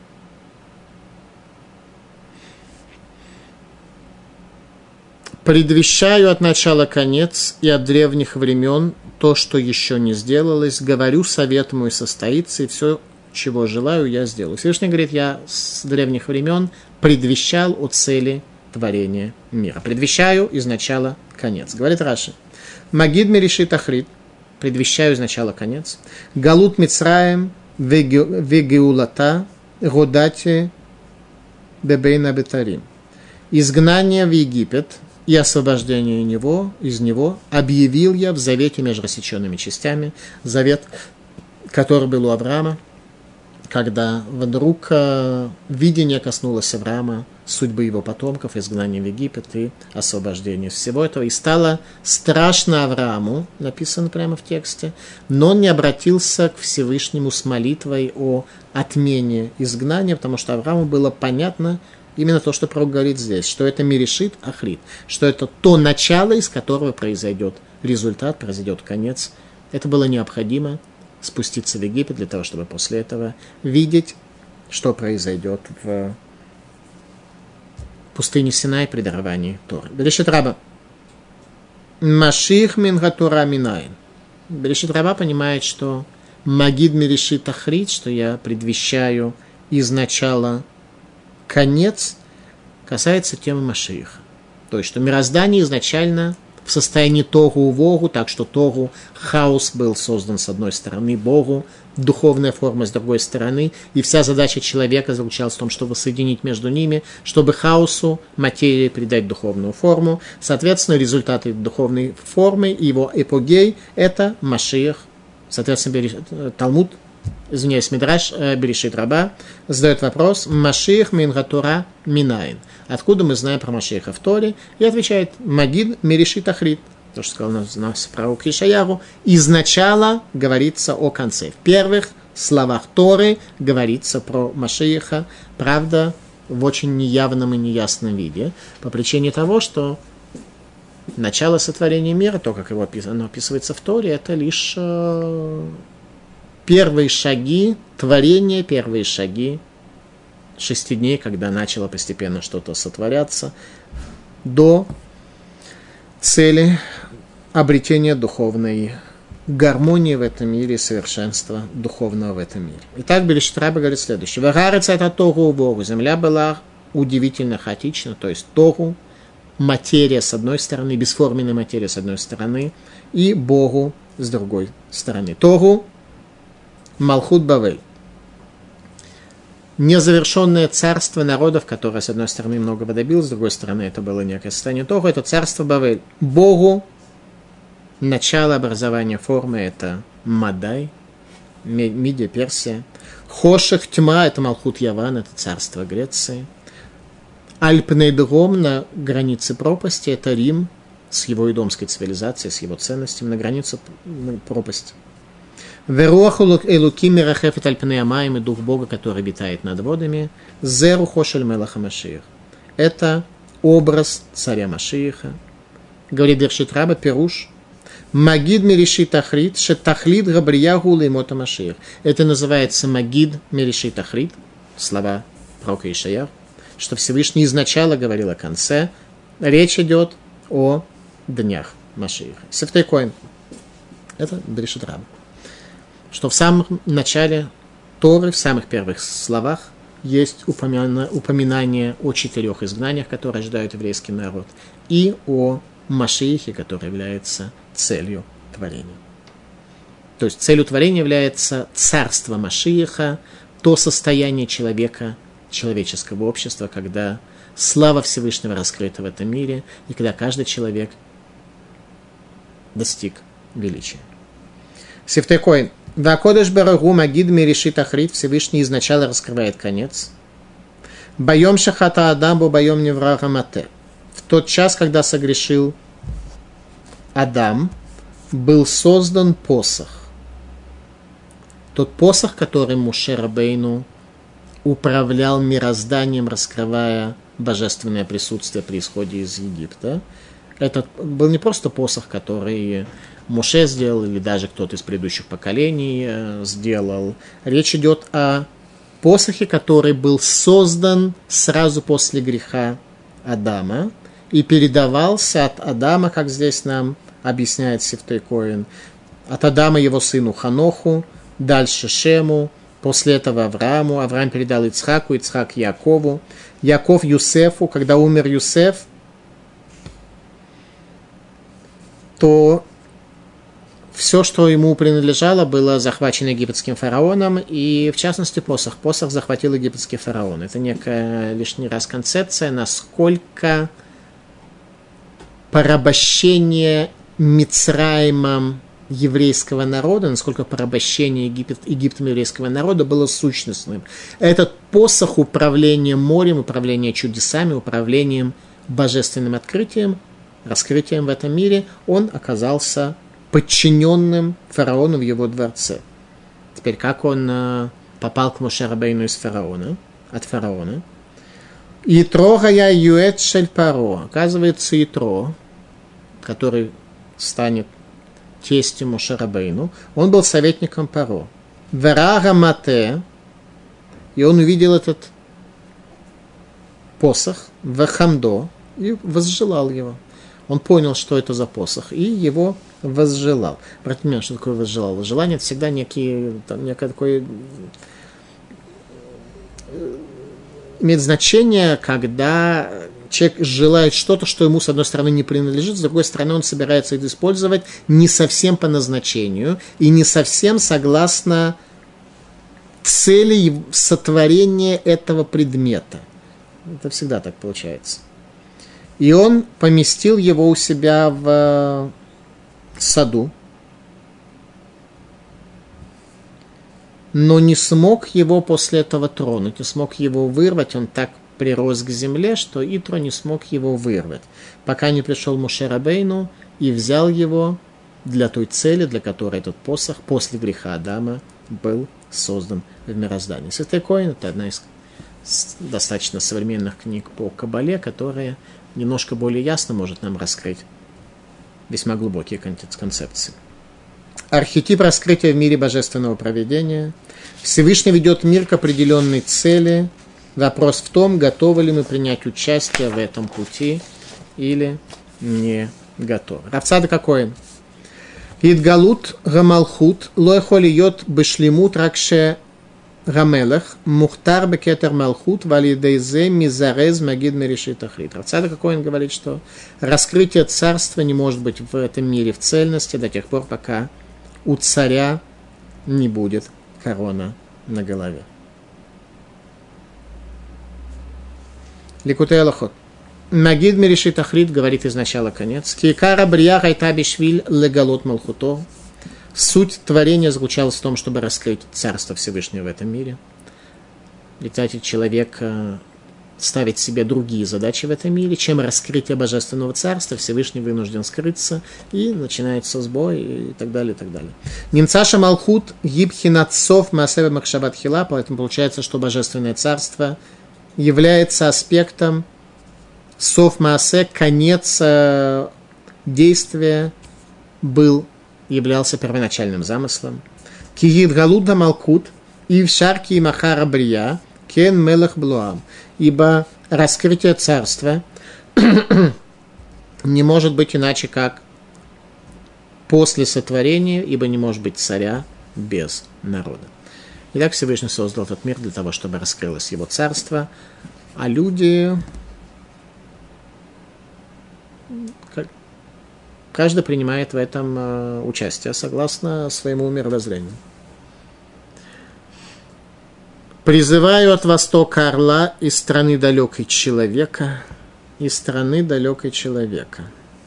Предвещаю от начала конец и от древних времен то, что еще не сделалось. Говорю, совет мой состоится, и все, чего желаю, я сделаю. Всевышний говорит, я с древних времен предвещал о цели творения мира. Предвещаю из начала конец. Говорит Раши. Магид мерешит ахрит. Предвещаю из начала конец. Галут Мицраем вегеулата годати бебейна бетарим. Изгнание в Египет и освобождение из него объявил я в завете между рассеченными частями. Завет, который был у Авраама, когда вдруг видение коснулось Авраама судьбы его потомков, изгнание в Египет и освобождение всего этого. И стало страшно Аврааму, написано прямо в тексте, но он не обратился к Всевышнему с молитвой о отмене изгнания, потому что Аврааму было понятно именно то, что пророк говорит здесь, что это мирешит ахрит, что это то начало, из которого произойдет результат, произойдет конец. Это было необходимо спуститься в Египет для того, чтобы после этого видеть, что произойдет в пустыне Синай при даровании Торы. Берешит Раба. Маших мин гатура минайн. Берешит Раба понимает, что магид мирешит ахрит, что я предвещаю из начала конец, касается темы Машииха. То есть, что мироздание изначально в состоянии тогу-вогу, так что тогу, хаос был создан с одной стороны, Богу, духовная форма с другой стороны, и вся задача человека заключалась в том, чтобы соединить между ними, чтобы хаосу, материи придать духовную форму. Соответственно, результаты духовной формы и его эпогей – это Машиах. Соответственно, Талмуд, извиняюсь, Мидраш Берешит Раба задает вопрос «Машиах мин гатура минайн». Откуда мы знаем про Машиаха в Торе? И отвечает «Магид мирешит ахрит». То, что сказал нас пророк Ишаяру. Изначально говорится о конце. В первых словах Торы говорится про Машиаха, правда, в очень неявном и неясном виде, по причине того, что начало сотворения мира, то, как оно описывается в Торе, это лишь первые шаги творения, первые шаги 6 дней, когда начало постепенно что-то сотворяться, до цели обретения духовной гармонии в этом мире, совершенства духовного в этом мире. Итак, Берешит Раба говорит следующее. «Вагарец это тогу Богу». Земля была удивительно хаотична, то есть тогу, материя с одной стороны, бесформенная материя с одной стороны, и Богу с другой стороны. Тогу, Малхут Бавель. Незавершенное царство народов, которое, с одной стороны, многого добилось, с другой стороны, это было некое состояние Тогу, это царство Бавель. Богу начало образования формы – это Мадай, Мидия, Персия. Хоших, тьма – это Малхут Яван, это царство Греции. Альпнейдром на границе пропасти – это Рим с его идомской цивилизацией, с его ценностями, на границе пропасти. Веруах элуки мирахефет альпней амаим, и дух Бога, который обитает над водами. Зеру хошель мелаха Машиах. Это образ царя Машиаха. Говорит Берешит Раба, Пируш. Магид миришит ахрит, шетахлит габриягу леймота Машиах. Это называется магид миришит ахрит. Слова пророка Ишаяр. Что Всевышний изначально говорил о конце. Речь идет о днях Машиаха. Сефтей Коэн. Это Берешит Раба. Что в самом начале Торы, в самых первых словах, есть упоминание о 4 изгнаниях, которые ожидают еврейский народ, и о Машиахе, который является целью творения. То есть целью творения является царство Машиаха, то состояние человека, человеческого общества, когда слава Всевышнего раскрыта в этом мире, и когда каждый человек достиг величия. Сефтей Коэн. Вакодеш барагу магид миришит ахрит, Всевышний изначально раскрывает конец. Байом шахата адамбу байом невра рамате. В тот час, когда согрешил Адам, был создан посох. Тот посох, которым Моше Рабейну управлял мирозданием, раскрывая божественное присутствие при исходе из Египта. Это был не просто посох, который Моше сделал, или даже кто-то из предыдущих поколений сделал. Речь идет о посохе, который был создан сразу после греха Адама и передавался от Адама, как здесь нам объясняет Сефтей Коэн, от Адама его сыну Ханоху, дальше Шему, после этого Аврааму, Авраам передал Ицхаку, Ицхак Якову, Яков Юсефу. Когда умер Юсеф, то все, что ему принадлежало, было захвачено египетским фараоном, и, в частности, посох. Посох захватил египетский фараон. Это некая лишний раз концепция, насколько порабощение Мицраимом еврейского народа, насколько порабощение Египтом еврейского народа было сущностным. Этот посох управлением морем, управлением чудесами, управлением божественным открытием, раскрытием в этом мире, он оказался подчиненным фараону в его дворце. Теперь, как он попал к Моше Рабейну от фараона? Итро гая юэт шель паро. Оказывается, Итро, который станет тестем Моше Рабейну, он был советником Паро. Верага мате, и он увидел этот посох, вехамдо, и возжелал его. Он понял, что это за посох, и его возжелал. Обратите внимание, что такое возжелал? Желание – это всегда некое такое... имеет значение, когда человек желает что-то, что ему, с одной стороны, не принадлежит, с другой стороны, он собирается это использовать не совсем по назначению и не совсем согласно цели сотворения этого предмета. Это всегда так получается. И он поместил его у себя в саду, но не смог его после этого тронуть, не смог его вырвать, он так прирос к земле, что Итро не смог его вырвать, пока не пришел Моше Рабейну и взял его для той цели, для которой этот посох после греха Адама был создан в мироздании. Сефер Коэн – это одна из достаточно современных книг по Кабале, которая немножко более ясно может нам раскрыть весьма глубокие концепции. Архетип раскрытия в мире божественного провидения. Всевышний ведет мир к определенной цели. Вопрос в том, готовы ли мы принять участие в этом пути или не готовы. Рав Цадок ха-Коэн. Идгалут гамалхут лоэхоли йот бешлимут ракше гамелах мухтар бекетер малхут валидейзе мизарез магид мерешит ахрит. Рав Цадок ха-Коэн говорит, что раскрытие царства не может быть в этом мире в цельности до тех пор, пока у царя не будет корона на голове. Ликутей Алахот. Магид Мерешит Ахрит говорит из начала конец. Кикара брия хайта бишвиль легалот малхуто. Суть творения заключалась в том, чтобы раскрыть царство Всевышнего в этом мире. Ведь, знаете, человек ставит себе другие задачи в этом мире, чем раскрытие божественного царства. Всевышний вынужден скрыться, и начинается сбой, и так далее, и так далее. Нимцаша малхут гибхинатсов маасева махшават хила, поэтому получается, что божественное царство является аспектом сов маасе, конец действия являлся первоначальным замыслом. Киид галуда малкут и в шарки и махара брия кен мелах блуам. Ибо раскрытие царства не может быть иначе, как после сотворения, ибо не может быть царя без народа. Итак, Всевышний создал этот мир для того, чтобы раскрылось его царство, а люди, каждый принимает в этом участие согласно своему мировоззрению. Призываю от востока орла из страны далекой человека, из страны далекой человека.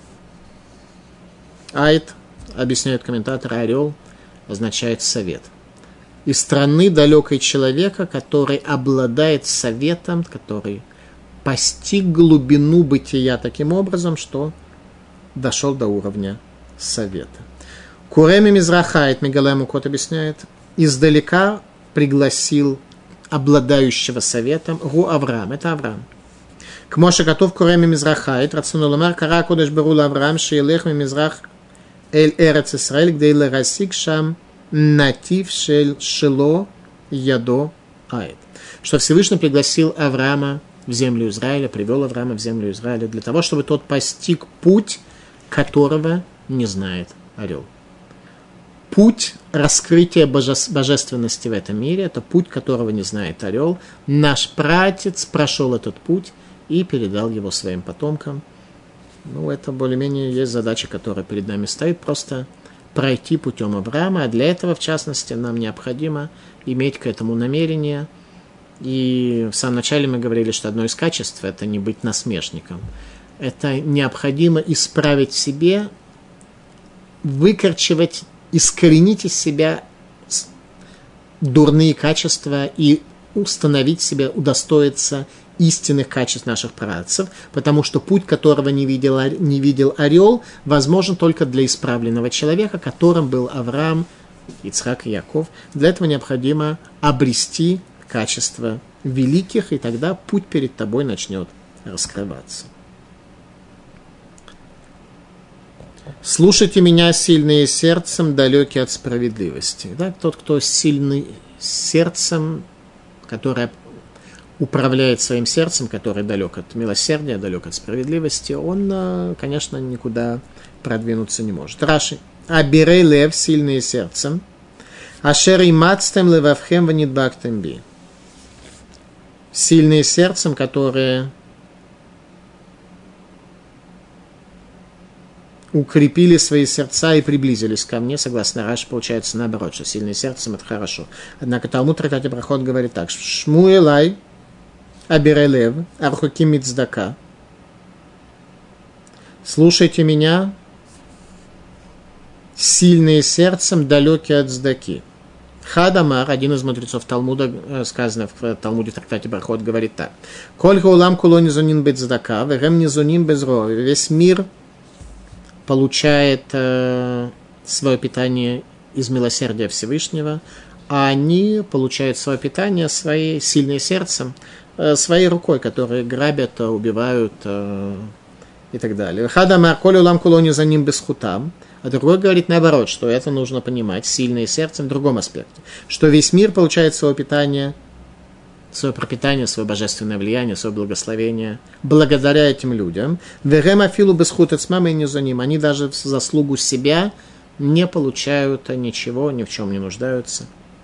Айт, объясняют комментаторы, орел означает совет. Из страны далекой человека, который обладает советом, который постиг глубину бытия таким образом, что дошел до уровня совета. Куреми Мизрахайт, Мегалему Кот объясняет, издалека пригласил обладающего советом Гу Авраам. Это Авраам. К Моше готов Куреми Мизрахайт, Рацунуламар, Кара Кодеш Берула Авраам, Шиелех Мизрах Эль Эрец Исраэль, где Илэ Расик Шам Натив Шело Ядо Айт. Что Всевышний пригласил Авраама в землю Израиля, привел Авраама в землю Израиля для того, чтобы тот постиг путь, которого не знает орел. Путь раскрытия божественности в этом мире, это путь, которого не знает орел. Наш пратец прошел этот путь и передал его своим потомкам. Это более-менее есть задача, которая перед нами стоит, просто пройти путем Авраама, а для этого, в частности, нам необходимо иметь к этому намерение. И в самом начале мы говорили, что одно из качеств – это не быть насмешником. Это необходимо исправить в себе выкорчевать, искоренить из себя дурные качества и установить себе, удостоиться истинных качеств наших праотцев, потому что путь, которого не видел орел, возможен только для исправленного человека, которым был Авраам, Ицхак и Яков. Для этого необходимо обрести качества великих, и тогда путь перед тобой начнет раскрываться. «Слушайте меня, сильные сердцем, далекие от справедливости». Да, тот, кто сильный сердцем, который управляет своим сердцем, который далек от милосердия, далек от справедливости, он, конечно, никуда продвинуться не может. Раши. «Абирей лев, сильные сердцем, ашер имацтем левавхем ванидбактем би». Сильные сердцем, которые укрепили свои сердца и приблизились ко мне. Согласно Раши, получается наоборот, что сильные сердцем – это хорошо. Однако Талмуд в трактате Брахот говорит так: «Шму элай абирей лев, архуким мицдака». Слушайте меня, сильные сердцем, далекие от цдаки. Хадамар, один из мудрецов Талмуда, сказано в Талмуде в трактате Брахот, говорит так: «Коль гаулам куло низунин бет цдака, вегем низунин без рови». Весь мир получает свое питание из милосердия Всевышнего, а они получают свое питание своей сильным сердцем, своей рукой, которые грабят, убивают и так далее. Хадамар коль улам кулони за ним без хутам. А другой говорит наоборот, что это нужно понимать сильное сердцем в другом аспекте, что весь мир получает свое питание, свое пропитание, свое божественное влияние, свое благословение благодаря этим людям. Вегем афилу без хутец мамы не за ним. Они даже в заслугу себя не получают ничего, ни в чем не нуждаются.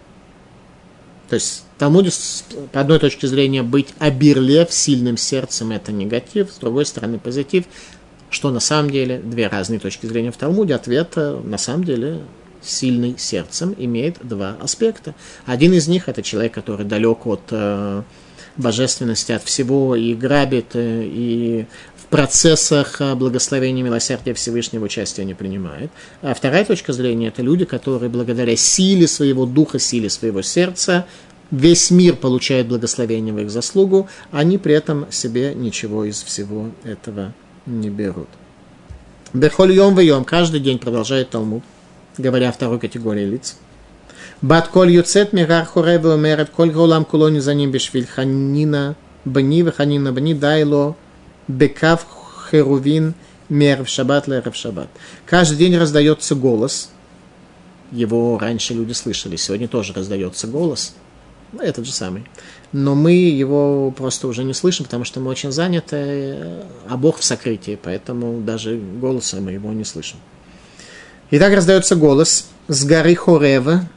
То есть в Талмуде, по одной точке зрения, быть абирлев, сильным сердцем – это негатив, с другой стороны позитив, что на самом деле две разные точки зрения в Талмуде. Ответ на самом деле сильный сердцем имеет два аспекта. Один из них – это человек, который далек от божественности, от всего и грабит, и в процессах благословения милосердия Всевышнего участия не принимает. А вторая точка зрения – это люди, которые благодаря силе своего духа, силе своего сердца, весь мир получает благословение в их заслугу, они при этом себе ничего из всего этого не берут. Бехоль йом вейом, каждый день, продолжает Талмуд, говоря о второй категории лиц. Бат коль юцет мигар хорей веомерет коль гаулам кулони за ним бешвиль ханина бани веханина бани дайло бекав херувин мерв шаббат лерев шаббат. Каждый день раздается голос. Его раньше люди слышали, сегодня тоже раздается голос. Этот же самый. Но мы его просто уже не слышим, потому что мы очень заняты, а Бог в сокрытии, поэтому даже голоса мы его не слышим. Итак, раздается голос с горы Хорева,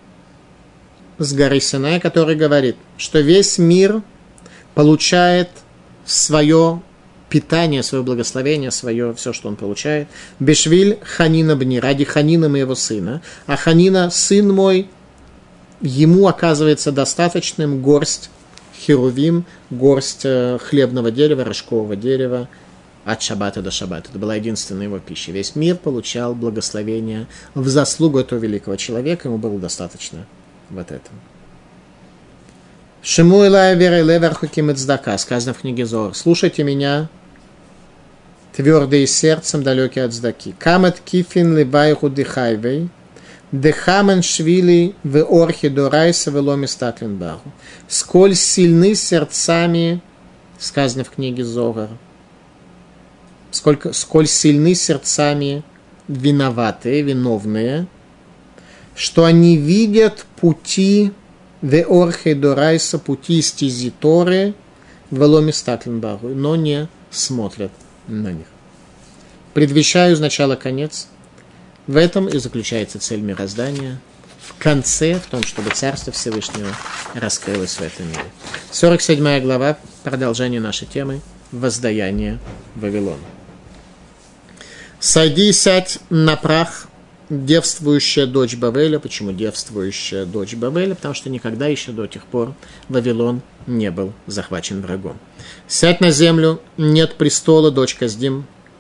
с горы Синай, который говорит, что весь мир получает свое питание, свое благословение, свое все, что он получает. Бешвиль Ханина бни, ради Ханина моего сына. А Ханина, сын мой, ему оказывается достаточным горсть херувим, горсть хлебного дерева, рожкового дерева от шаббата до шаббата. Это была единственная его пища. Весь мир получал благословение в заслугу этого великого человека, ему было достаточно вот этого. Шему элай верой левер хуким эцдака, сказано в книге Зоар. Слушайте меня, твердые сердцем, далекие от цдаки. Камет кифин либайху дихайвей. Дехамен швили в орхи дорайса веломи стаклинбаху. Сколь сильны сердцами, сказано в книге Зогар, сколь сильны сердцами виноватые, виновные, что они видят пути в орхи дорайса, пути стези Торы, веломи стаклинбаху, но не смотрят на них. Предвещаю сначала конец. В этом и заключается цель мироздания. В конце, в том, чтобы Царство Всевышнего раскрылось в этом мире. 47 глава, продолжение нашей темы «Воздаяние Вавилона». «Сойди и сядь на прах, девствующая дочь Бавеля». Почему девствующая дочь Бавеля? Потому что никогда еще до тех пор Вавилон не был захвачен врагом. «Сядь на землю, нет престола, дочь Каздим.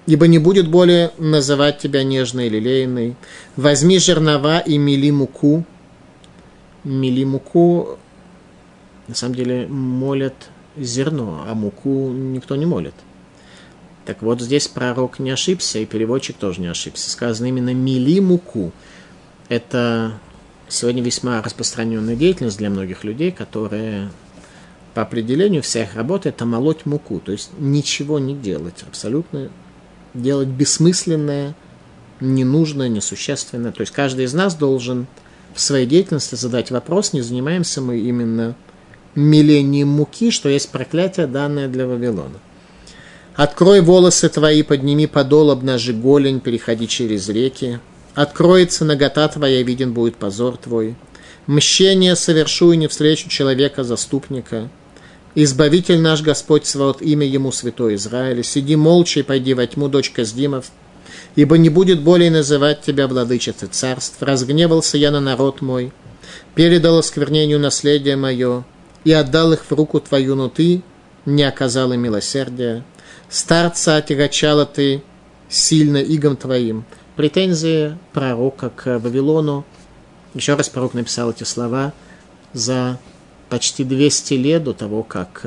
ибо не будет более называть тебя нежной или лелейной. Возьми жернова и мели муку. Мели муку, на самом деле, молят зерно, а муку никто не молит. Так вот, здесь пророк не ошибся, и переводчик тоже не ошибся. Сказано именно «мели муку». Это сегодня весьма распространенная деятельность для многих людей, которые по определению вся их работа – это молоть муку. То есть ничего не делать, абсолютно делать бессмысленное, ненужное, несущественное. То есть каждый из нас должен в своей деятельности задать вопрос, не занимаемся мы именно мелением муки, что есть проклятие, данное для Вавилона. Открой волосы твои, подними подол, обнажи голень, переходи через реки. Откроется нагота твоя, виден будет позор твой. Мщение совершу и не встречу человека-заступника. Избавитель наш Господь Саваот, имя ему Святой Израиля. Сиди молча и пойди во тьму, дочь Каздимов, ибо не будет более называть тебя владычицей царств. Разгневался я на народ мой, передал осквернению наследие мое, и отдал их в руку твою, но ты не оказала милосердия. Старца отягочала ты сильно игом твоим. Претензии пророка к Вавилону. Еще раз пророк написал эти слова за почти 200 лет до того, как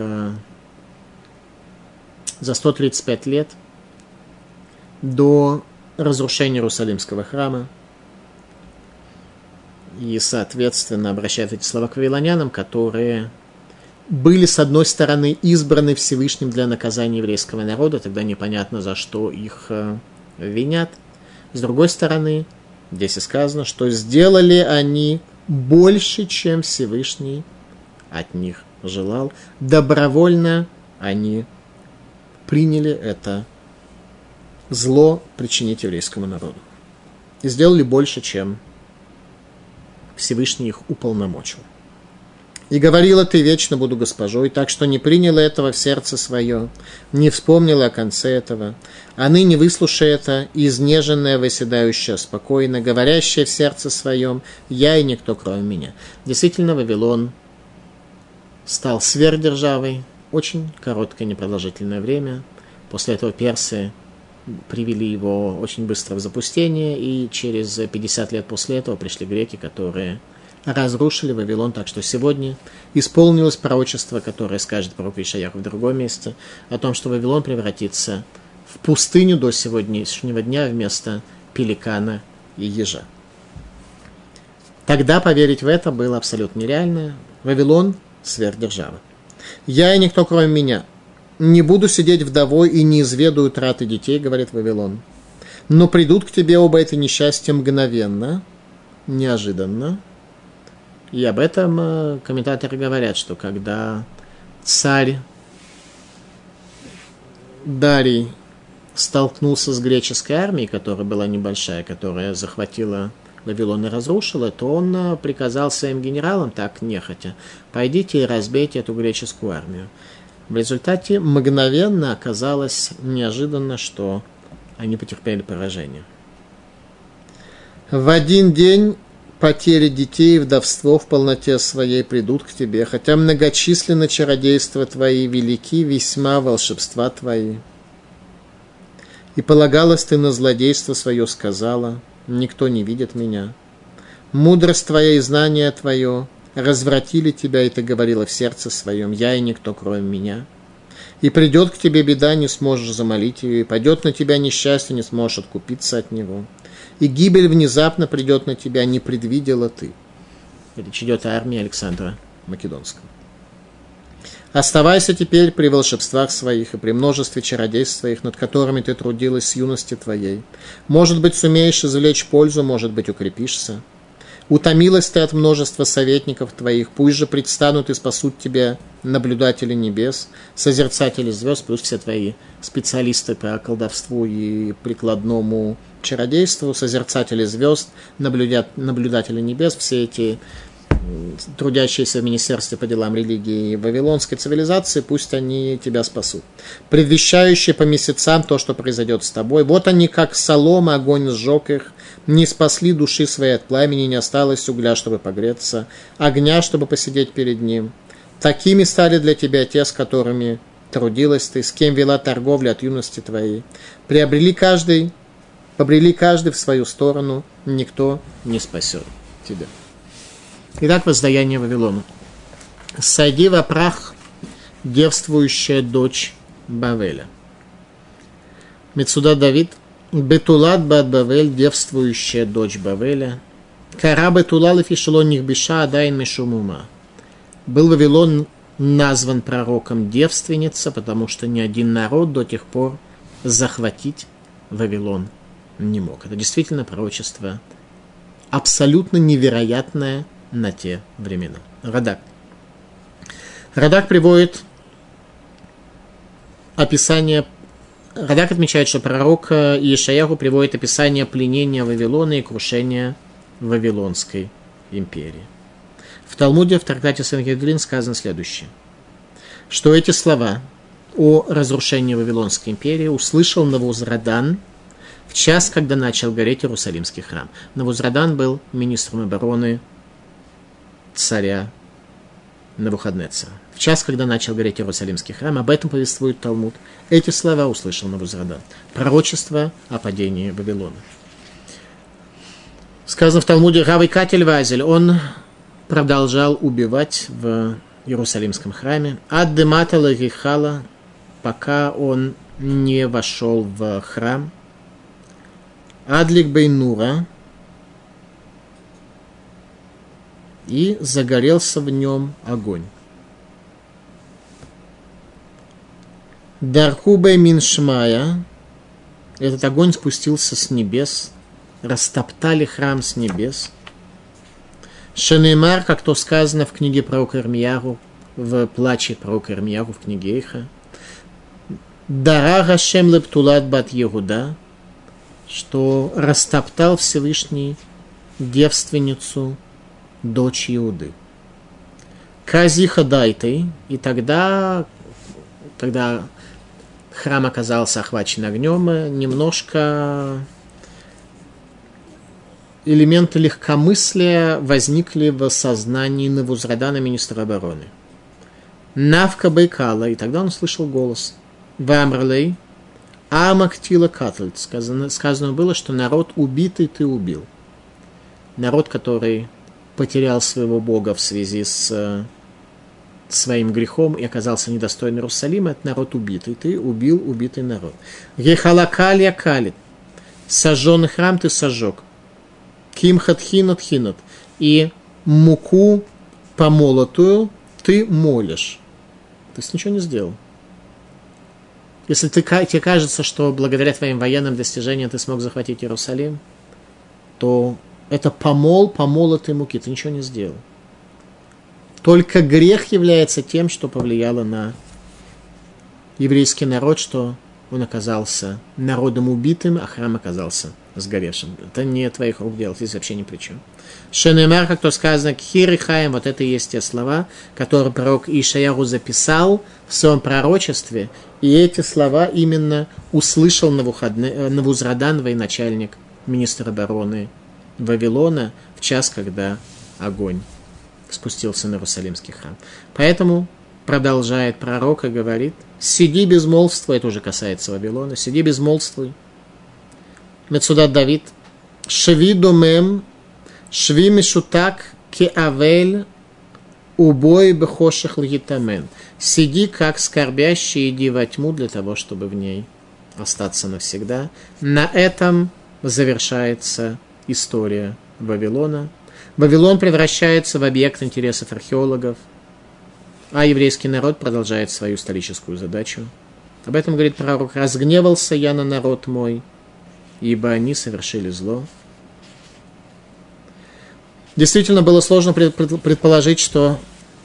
за 135 лет до разрушения Иерусалимского храма. И, соответственно, обращает эти слова к вавилонянам, которые были, с одной стороны, избраны Всевышним для наказания еврейского народа, тогда непонятно, за что их винят. С другой стороны, здесь и сказано, что сделали они больше, чем Всевышний от них желал. Добровольно они приняли это зло причинить еврейскому народу. И сделали больше, чем Всевышний их уполномочил. И говорила ты, вечно буду госпожой, так что не приняла этого в сердце свое, не вспомнила о конце этого, а ныне выслушай это, изнеженная, выседающая спокойно, говорящая в сердце своем, я и никто, кроме меня. Действительно, Вавилон стал сверхдержавой, очень короткое, непродолжительное время. После этого персы привели его очень быстро в запустение, и через 50 лет после этого пришли греки, которые разрушили Вавилон, так что сегодня исполнилось пророчество, которое скажет пророк Ишаяху в другом месте, о том, что Вавилон превратится в пустыню до сегодняшнего дня вместо пеликана и ежа. Тогда поверить в это было абсолютно нереально. Вавилон – сверхдержава. «Я и никто, кроме меня, не буду сидеть вдовой и не изведаю траты детей», говорит Вавилон. «Но придут к тебе оба это несчастье мгновенно, неожиданно». И об этом комментаторы говорят, что когда царь Дарий столкнулся с греческой армией, которая была небольшая, которая захватила Вавилон и разрушила, то он приказал своим генералам, так нехотя, пойдите и разбейте эту греческую армию. В результате мгновенно оказалось неожиданно, что они потерпели поражение. В один день потери детей и вдовство в полноте своей придут к тебе, хотя многочисленны чародейства твои, велики весьма волшебства твои. И полагалась ты на злодейство свое, сказала, никто не видит меня. Мудрость твоя и знание твое развратили тебя, и ты говорила в сердце своем, я и никто, кроме меня. И придет к тебе беда, не сможешь замолить ее, и пойдет на тебя несчастье, не сможешь откупиться от него. И гибель внезапно придет на тебя, не предвидела ты. Речь идет о армии Александра Македонского. Оставайся теперь при волшебствах своих и при множестве чародейств своих, над которыми ты трудилась с юности твоей. Может быть, сумеешь извлечь пользу, может быть, укрепишься. Утомилась ты от множества советников твоих, пусть же предстанут и спасут тебя наблюдатели небес, созерцатели звезд, плюс все твои специалисты по колдовству и прикладному чародейству, созерцатели звезд, наблюдатели небес, все эти трудящиеся в Министерстве по делам религии вавилонской цивилизации, пусть они тебя спасут. Предвещающие по месяцам то, что произойдет с тобой. Вот они, как солома, огонь сжег их, не спасли души своей от пламени, не осталось угля, чтобы погреться, огня, чтобы посидеть перед ним. Такими стали для тебя те, с которыми трудилась ты, с кем вела торговлю от юности твоей. Побрели каждый в свою сторону, никто не спасет тебя. Итак, воздаяние Вавилону. Сойди во прах, девствующая дочь Бавеля. Мецуда Давид. Бетулат бат Бавель, девствующая дочь Бавеля. Кара Бетула лефишелон нихбиша адайн мишумума. Был Вавилон назван пророком девственница, потому что ни один народ до тех пор захватить Вавилон не мог. Это действительно пророчество абсолютно невероятное на те времена. Радак приводит описание. Радак отмечает, что пророк Иешаяху приводит описание пленения Вавилона и крушения Вавилонской империи. В Талмуде, в трактате Сангедрин сказано следующее, что эти слова о разрушении Вавилонской империи услышал Навузрадан в час, когда начал гореть Иерусалимский храм. Навузрадан был министром обороны царя Навуходнецера. В час, когда начал гореть Иерусалимский храм, об этом повествует Талмуд. Эти слова услышал Навузрадан. Пророчество о падении Вавилона. Сказано в Талмуде, Равый Катель Вазель, он продолжал убивать в Иерусалимском храме. Ад дематала гихала, пока он не вошел в храм. Адлик бейнура, и загорелся в нем огонь. Дархубей миншмая, этот огонь спустился с небес, растоптали храм с небес. Шенеймар, как то сказано в книге пророка Ирмиягу, в плаче пророка Ирмиягу в книге Эйха. Дара Гашем лептулат бат Егуда, что растоптал Всевышний девственницу, дочь Иуды. Казиха дайтой, и тогда храм оказался охвачен огнем, немножко элементы легкомыслия возникли в сознании Навузрадана, министра обороны. Навка Байкала, и тогда он услышал голос. Вамрлей, Амактила Катль. Сказано было, что народ убитый ты убил. Народ, который потерял своего Бога в связи с своим грехом и оказался недостоин Иерусалима, это народ убитый. Ты убил убитый народ. Гехалакалья калит. Сожженный храм ты сожег. Кимхат хинат хинат. И муку помолотую ты молишь. То есть ничего не сделал. Если тебе кажется, что благодаря твоим военным достижениям ты смог захватить Иерусалим, то это помолотой муки. Ты ничего не сделал. Только грех является тем, что повлияло на еврейский народ, что он оказался народом убитым, а храм оказался сгоревшим. Это не твоих рук дело, здесь вообще ни при чем. Шенемар, как то сказано, Кхир и Хаим, вот это и есть те слова, которые пророк Ишаяху записал в своем пророчестве, и эти слова именно услышал Навузрадан, военачальник, министр обороны Вавилона, в час, когда огонь спустился на Иерусалимский храм. Поэтому продолжает пророк и говорит, сиди безмолвствуй, это уже касается Вавилона, сиди безмолвствуй. Мецудат Давид, шви домем, шви мишутак кеавель, убой бехоших лгитамен. Сиди, как скорбящий, иди во тьму для того, чтобы в ней остаться навсегда. На этом завершается история Вавилона. Вавилон превращается в объект интересов археологов, а еврейский народ продолжает свою историческую задачу. Об этом говорит пророк: «Разгневался я на народ мой, ибо они совершили зло». Действительно, было сложно предположить, что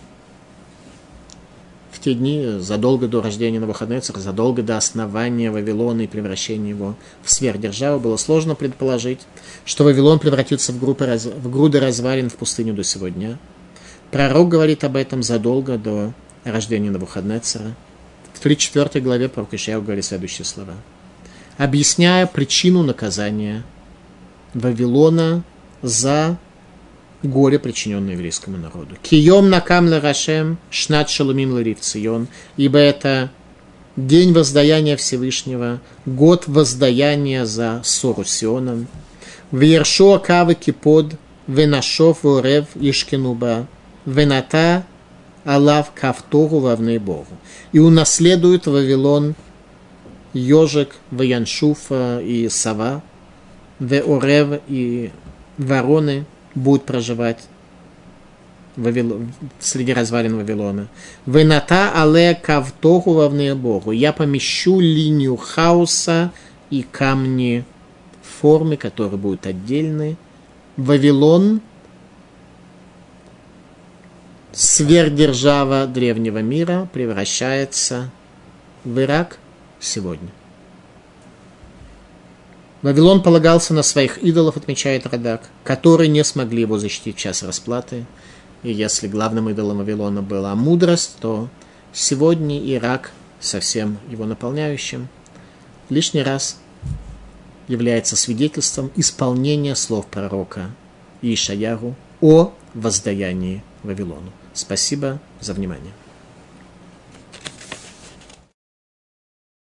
в те дни, задолго до рождения Навуходоносора, задолго до основания Вавилона и превращения его в сверхдержаву, было сложно предположить, что Вавилон превратится в груды развалин в пустыню до сего дня. Пророк говорит об этом задолго до рождения Навуходоносора. В 34 главе пророк Ишаяху говорит следующие слова, объясняя причину наказания Вавилона за горе, причиненное еврейскому народу. «Кием накам ларашем шнат шалумим ларив цион», ибо это день воздаяния Всевышнего, год воздаяния за ссору с Сионом. Вьершо кавы кипод, венашов урев ишкинуба, вената алав кавтору вавней Богу. И унаследует Вавилон ежик, ваяншуфа и сова, веорев и вороны будут проживать среди развалин Вавилона. Вената але кавтору вавней Богу. Я помещу линию хаоса и камни в форме, которые будут отдельны. Вавилон, сверхдержава древнего мира, превращается в Ирак сегодня. Вавилон полагался на своих идолов, отмечает Радак, которые не смогли его защитить в час расплаты. И если главным идолом Вавилона была мудрость, то сегодня Ирак со всем его наполняющим лишний раз является свидетельством исполнения слов пророка Ишаяху о воздаянии Вавилону. Спасибо за внимание.